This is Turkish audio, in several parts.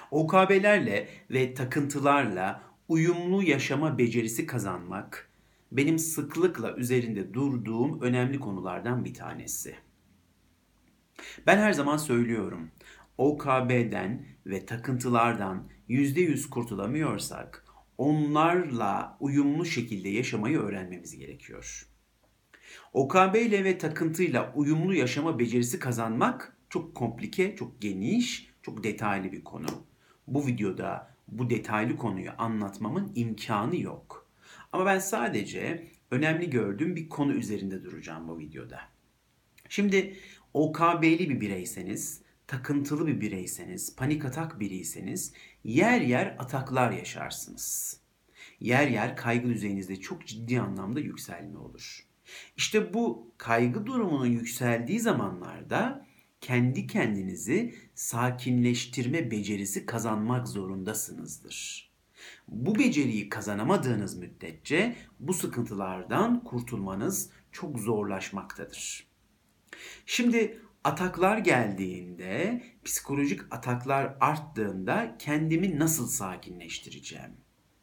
OKB'lerle ve takıntılarla uyumlu yaşama becerisi kazanmak benim sıklıkla üzerinde durduğum önemli konulardan bir tanesi. Ben her zaman söylüyorum. OKB'den ve takıntılardan %100 kurtulamıyorsak onlarla uyumlu şekilde yaşamayı öğrenmemiz gerekiyor. OKB ile ve takıntıyla uyumlu yaşama becerisi kazanmak çok komplike, çok geniş, çok detaylı bir konu. Bu videoda bu detaylı konuyu anlatmamın imkanı yok. Ama ben sadece önemli gördüğüm bir konu üzerinde duracağım bu videoda. Şimdi OKB'li bir bireyseniz, takıntılı bir bireyseniz, panik atak biriyseniz yer yer ataklar yaşarsınız. Yer yer kaygı düzeyinizde çok ciddi anlamda yükselme olur. İşte bu kaygı durumunun yükseldiği zamanlarda kendi kendinizi sakinleştirme becerisi kazanmak zorundasınızdır. Bu beceriyi kazanamadığınız müddetçe bu sıkıntılardan kurtulmanız çok zorlaşmaktadır. Şimdi ataklar geldiğinde, psikolojik ataklar arttığında kendimi nasıl sakinleştireceğim?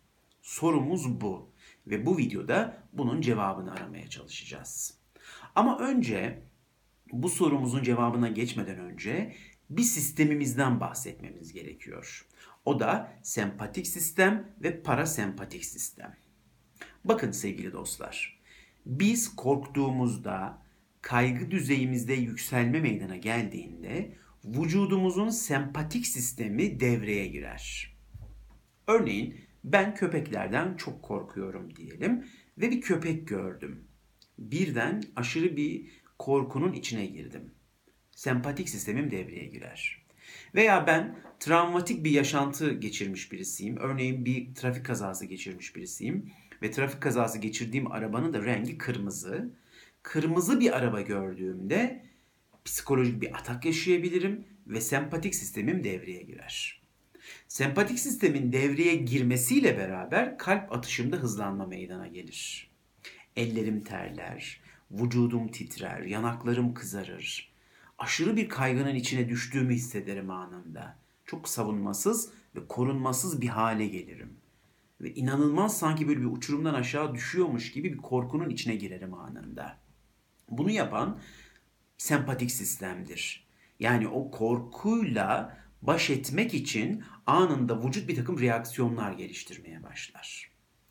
Sorumuz bu ve bu videoda bunun cevabını aramaya çalışacağız. Ama önce bu sorumuzun cevabına geçmeden önce bir sistemimizden bahsetmemiz gerekiyor. O da sempatik sistem ve parasempatik sistem. Bakın sevgili dostlar, biz korktuğumuzda, kaygı düzeyimizde yükselme meydana geldiğinde vücudumuzun sempatik sistemi devreye girer. Örneğin ben köpeklerden çok korkuyorum diyelim ve bir köpek gördüm. Birden aşırı bir korkunun içine girdim. Sempatik sistemim devreye girer. Veya ben travmatik bir yaşantı geçirmiş birisiyim. Örneğin bir trafik kazası geçirmiş birisiyim. Ve trafik kazası geçirdiğim arabanın da rengi kırmızı. Kırmızı bir araba gördüğümde psikolojik bir atak yaşayabilirim ve sempatik sistemim devreye girer. Sempatik sistemin devreye girmesiyle beraber kalp atışımda hızlanma meydana gelir. Ellerim terler, vücudum titrer, yanaklarım kızarır. Aşırı bir kaygının içine düştüğümü hissederim anında. Çok savunmasız ve korunmasız bir hale gelirim. Ve inanılmaz sanki böyle bir uçurumdan aşağı düşüyormuş gibi bir korkunun içine girerim anında. Bunu yapan sempatik sistemdir. Yani o korkuyla baş etmek için anında vücut bir takım reaksiyonlar geliştirmeye başlar.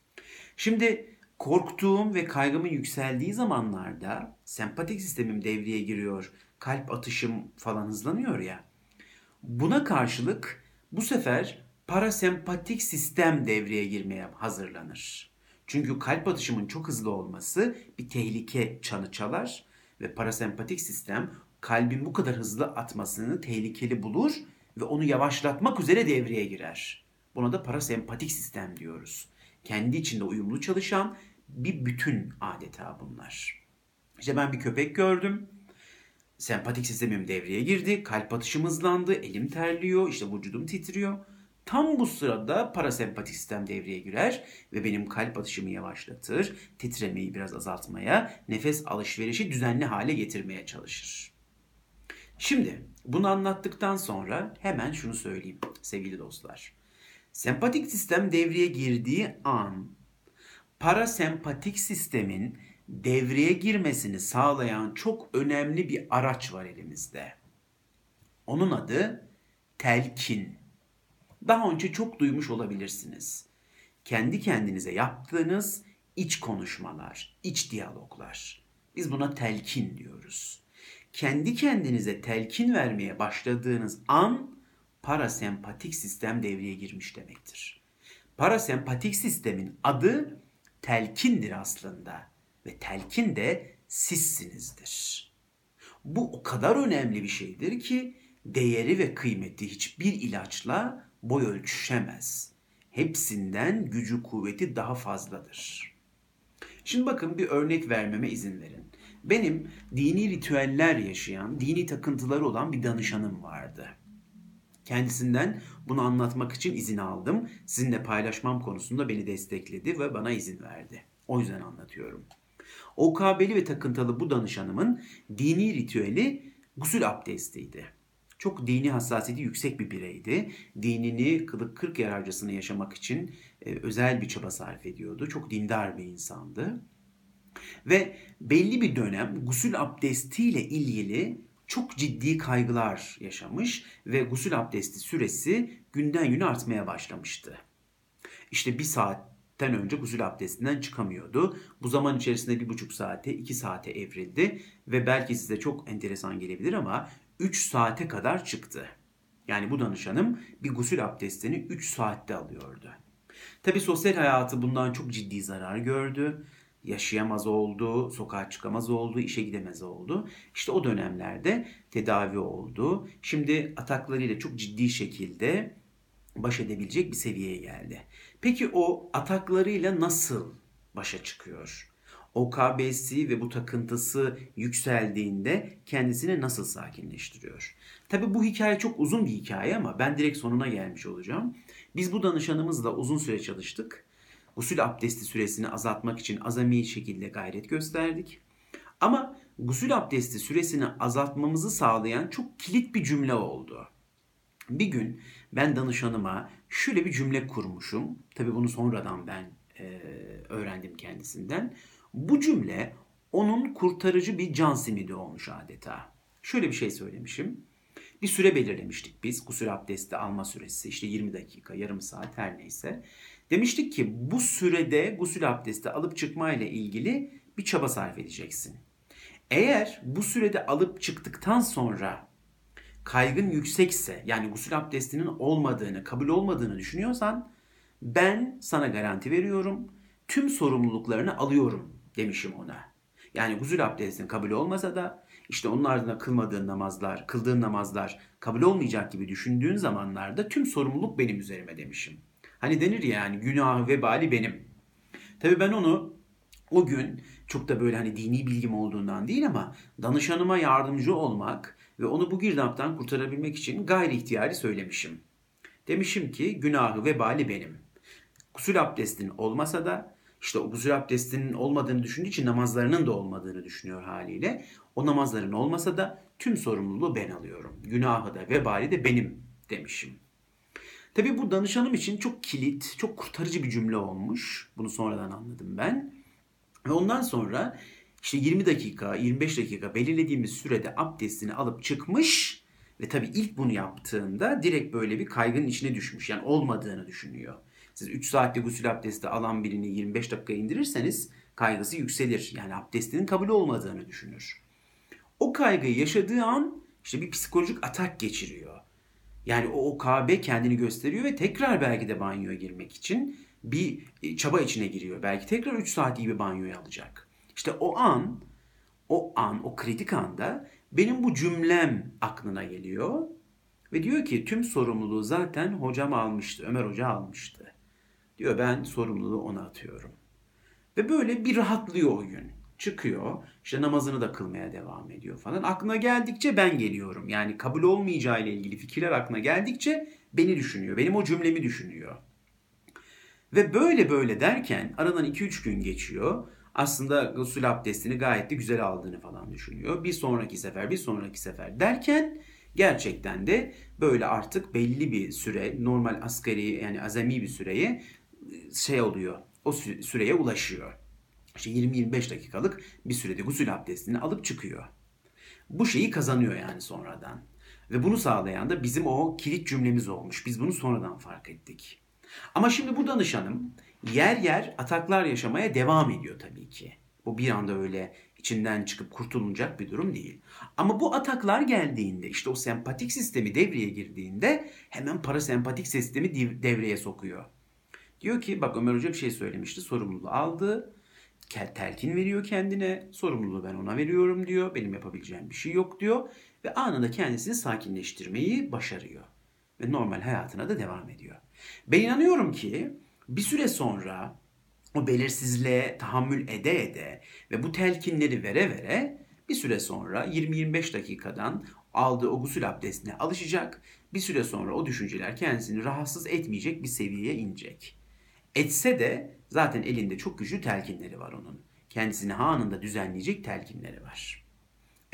Şimdi korktuğum ve kaygımın yükseldiği zamanlarda sempatik sistemim devreye giriyor. Kalp atışım falan hızlanıyor ya. Buna karşılık bu sefer parasempatik sistem devreye girmeye hazırlanır. Çünkü kalp atışımın çok hızlı olması bir tehlike çanı çalar ve parasempatik sistem kalbin bu kadar hızlı atmasını tehlikeli bulur ve onu yavaşlatmak üzere devreye girer. Buna da parasempatik sistem diyoruz. Kendi içinde uyumlu çalışan bir bütün adeta bunlar. İşte ben bir köpek gördüm. Sempatik sistemim devreye girdi. Kalp atışım hızlandı. Elim terliyor. İşte vücudum titriyor. Tam bu sırada parasempatik sistem devreye girer ve benim kalp atışımı yavaşlatır, titremeyi biraz azaltmaya, nefes alışverişi düzenli hale getirmeye çalışır. Şimdi bunu anlattıktan sonra hemen şunu söyleyeyim sevgili dostlar. Sempatik sistem devreye girdiği an parasempatik sistemin devreye girmesini sağlayan çok önemli bir araç var elimizde. Onun adı telkin. Daha önce çok duymuş olabilirsiniz. Kendi kendinize yaptığınız iç konuşmalar, iç diyaloglar. Biz buna telkin diyoruz. Kendi kendinize telkin vermeye başladığınız an parasempatik sistem devreye girmiş demektir. Parasempatik sistemin adı telkindir aslında ve telkin de sizsinizdir. Bu o kadar önemli bir şeydir ki değeri ve kıymeti hiçbir ilaçla boy ölçüşemez. Hepsinden gücü kuvveti daha fazladır. Şimdi bakın bir örnek vermeme izin verin. Benim dini ritüeller yaşayan, dini takıntıları olan bir danışanım vardı. Kendisinden bunu anlatmak için izin aldım. Sizinle paylaşmam konusunda beni destekledi ve bana izin verdi. O yüzden anlatıyorum. OKB'li ve takıntılı bu danışanımın dini ritüeli gusül abdestiydi. Çok dini hassasiyeti yüksek bir bireydi. Dinini kılık kırk yararcasına yaşamak için özel bir çaba sarf ediyordu. Çok dindar bir insandı. Ve belli bir dönem gusül abdestiyle ilgili çok ciddi kaygılar yaşamış ve gusül abdesti süresi günden güne artmaya başlamıştı. İşte bir saatten önce gusül abdestinden çıkamıyordu. Bu zaman içerisinde 1,5 saate, 2 saate evrildi ve belki size çok enteresan gelebilir ama 3 saate kadar çıktı. Yani bu danışanım bir gusül abdestini 3 saatte alıyordu. Tabii sosyal hayatı bundan çok ciddi zarar gördü. Yaşayamaz oldu, sokağa çıkamaz oldu, işe gidemez oldu. İşte o dönemlerde tedavi oldu. Şimdi ataklarıyla çok ciddi şekilde baş edebilecek bir seviyeye geldi. Peki o ataklarıyla nasıl başa çıkıyor? OKB'si ve bu takıntısı yükseldiğinde kendisini nasıl sakinleştiriyor? Tabii bu hikaye çok uzun bir hikaye ama ben direkt sonuna gelmiş olacağım. Biz bu danışanımızla uzun süre çalıştık. Gusül abdesti süresini azaltmak için azami şekilde gayret gösterdik. Ama gusül abdesti süresini azaltmamızı sağlayan çok kilit bir cümle oldu. Bir gün ben danışanıma şöyle bir cümle kurmuşum. Tabii bunu sonradan ben öğrendim kendisinden. Bu cümle onun kurtarıcı bir can simidi olmuş adeta. Şöyle bir şey söylemişim. Bir süre belirlemiştik biz. Gusül abdesti alma süresi işte 20 dakika, yarım saat her neyse. Demiştik ki bu sürede gusül abdesti alıp çıkma ile ilgili bir çaba sarf edeceksin. Eğer bu sürede alıp çıktıktan sonra kaygın yüksekse yani gusül abdestinin olmadığını, kabul olmadığını düşünüyorsan ben sana garanti veriyorum tüm sorumluluklarını alıyorum demişim ona. Yani gusül abdestinin kabul olmasa da işte onun ardına kıldığın namazlar kabul olmayacak gibi düşündüğün zamanlarda tüm sorumluluk benim üzerime demişim. Hani denir ya yani günahı vebali benim. Tabii ben onu o gün çok da böyle hani dini bilgim olduğundan değil ama danışanıma yardımcı olmak ve onu bu girdaptan kurtarabilmek için gayri ihtiyari söylemişim. Demişim ki günahı vebali benim. Gusül abdestin olmasa da işte o gusül abdestinin olmadığını düşündüğü için namazlarının da olmadığını düşünüyor haliyle. O namazların olmasa da tüm sorumluluğu ben alıyorum. Günahı da vebali de benim demişim. Tabii bu danışanım için çok kilit, çok kurtarıcı bir cümle olmuş. Bunu sonradan anladım ben. Ve ondan sonra işte 20 dakika, 25 dakika belirlediğimiz sürede abdestini alıp çıkmış ve tabii ilk bunu yaptığında direkt böyle bir kaygının içine düşmüş. Yani olmadığını düşünüyor. Siz 3 saatte gusül abdesti alan birini 25 dakika indirirseniz kaygısı yükselir. Yani abdestinin kabul olmadığını düşünür. O kaygıyı yaşadığı an işte bir psikolojik atak geçiriyor. Yani o OKB kendini gösteriyor ve tekrar belki de banyoya girmek için bir çaba içine giriyor. Belki tekrar 3 saat iyi bir banyoya alacak. İşte o kritik anda benim bu cümlem aklına geliyor. Ve diyor ki tüm sorumluluğu zaten hocam almıştı, Ömer Hoca almıştı. Diyor ben sorumluluğu ona atıyorum. Ve böyle bir rahatlıyor o gün. Çıkıyor, işte namazını da kılmaya devam ediyor falan. Aklına geldikçe ben geliyorum. Yani kabul olmayacağı ile ilgili fikirler aklına geldikçe beni düşünüyor. Benim o cümlemi düşünüyor. Ve böyle böyle derken aradan 2-3 gün geçiyor. Aslında gusül abdestini gayet de güzel aldığını falan düşünüyor. Bir sonraki sefer derken gerçekten de böyle artık belli bir süre, normal asgari yani azami bir süreye şey oluyor. O süreye ulaşıyor. İşte 20-25 dakikalık bir sürede gusül abdestini alıp çıkıyor. Bu şeyi kazanıyor yani sonradan. Ve bunu sağlayan da bizim o kilit cümlemiz olmuş. Biz bunu sonradan fark ettik. Ama şimdi bu danışanım yer yer ataklar yaşamaya devam ediyor tabii ki. Bu bir anda öyle içinden çıkıp kurtulunacak bir durum değil. Ama bu ataklar geldiğinde işte o sempatik sistemi devreye girdiğinde hemen parasempatik sistemi devreye sokuyor. Diyor ki bak Ömer Hoca bir şey söylemişti, sorumluluğu aldı. Telkin veriyor kendine, sorumluluğu ben ona veriyorum diyor. Benim yapabileceğim bir şey yok diyor. Ve anında kendisini sakinleştirmeyi başarıyor. Ve normal hayatına da devam ediyor. Ben inanıyorum ki bir süre sonra o belirsizliğe tahammül ede ede ve bu telkinleri vere vere bir süre sonra 20-25 dakikadan aldığı o gusül abdestine alışacak. Bir süre sonra o düşünceler kendisini rahatsız etmeyecek bir seviyeye inecek. Etse de zaten elinde çok güçlü telkinleri var onun. Kendisini anında düzenleyecek telkinleri var.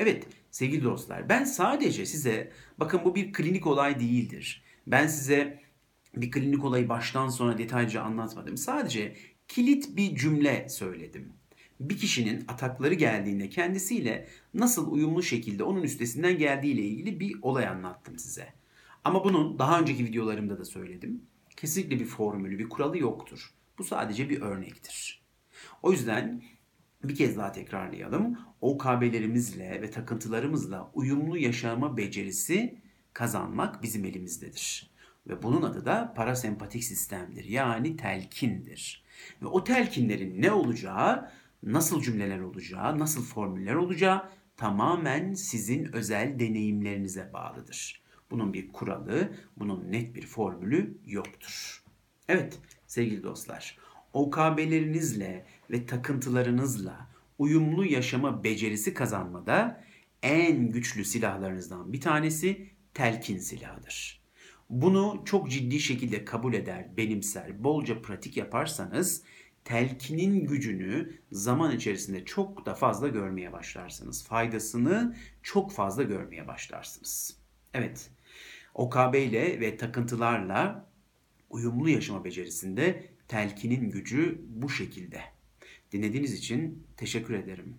Evet sevgili dostlar, ben sadece size, bakın bu bir klinik olay değildir. Ben size bir klinik olayı baştan sona detaylıca anlatmadım. Sadece kilit bir cümle söyledim. Bir kişinin atakları geldiğinde kendisiyle nasıl uyumlu şekilde onun üstesinden geldiği ile ilgili bir olay anlattım size. Ama bunun daha önceki videolarımda da söyledim. Kesinlikle bir formülü, bir kuralı yoktur. Bu sadece bir örnektir. O yüzden bir kez daha tekrarlayalım. OKB'lerimizle ve takıntılarımızla uyumlu yaşama becerisi kazanmak bizim elimizdedir. Ve bunun adı da parasempatik sistemdir. Yani telkindir. Ve o telkinlerin ne olacağı, nasıl cümleler olacağı, nasıl formüller olacağı tamamen sizin özel deneyimlerinize bağlıdır. Bunun bir kuralı, bunun net bir formülü yoktur. Evet sevgili dostlar, OKB'lerinizle ve takıntılarınızla uyumlu yaşama becerisi kazanmada en güçlü silahlarınızdan bir tanesi telkin silahıdır. Bunu çok ciddi şekilde kabul eder, benimser, bolca pratik yaparsanız telkinin gücünü zaman içerisinde çok da fazla görmeye başlarsınız. Faydasını çok fazla görmeye başlarsınız. Evet, OKB ile ve takıntılarla uyumlu yaşama becerisinde telkinin gücü bu şekilde. Dinlediğiniz için teşekkür ederim.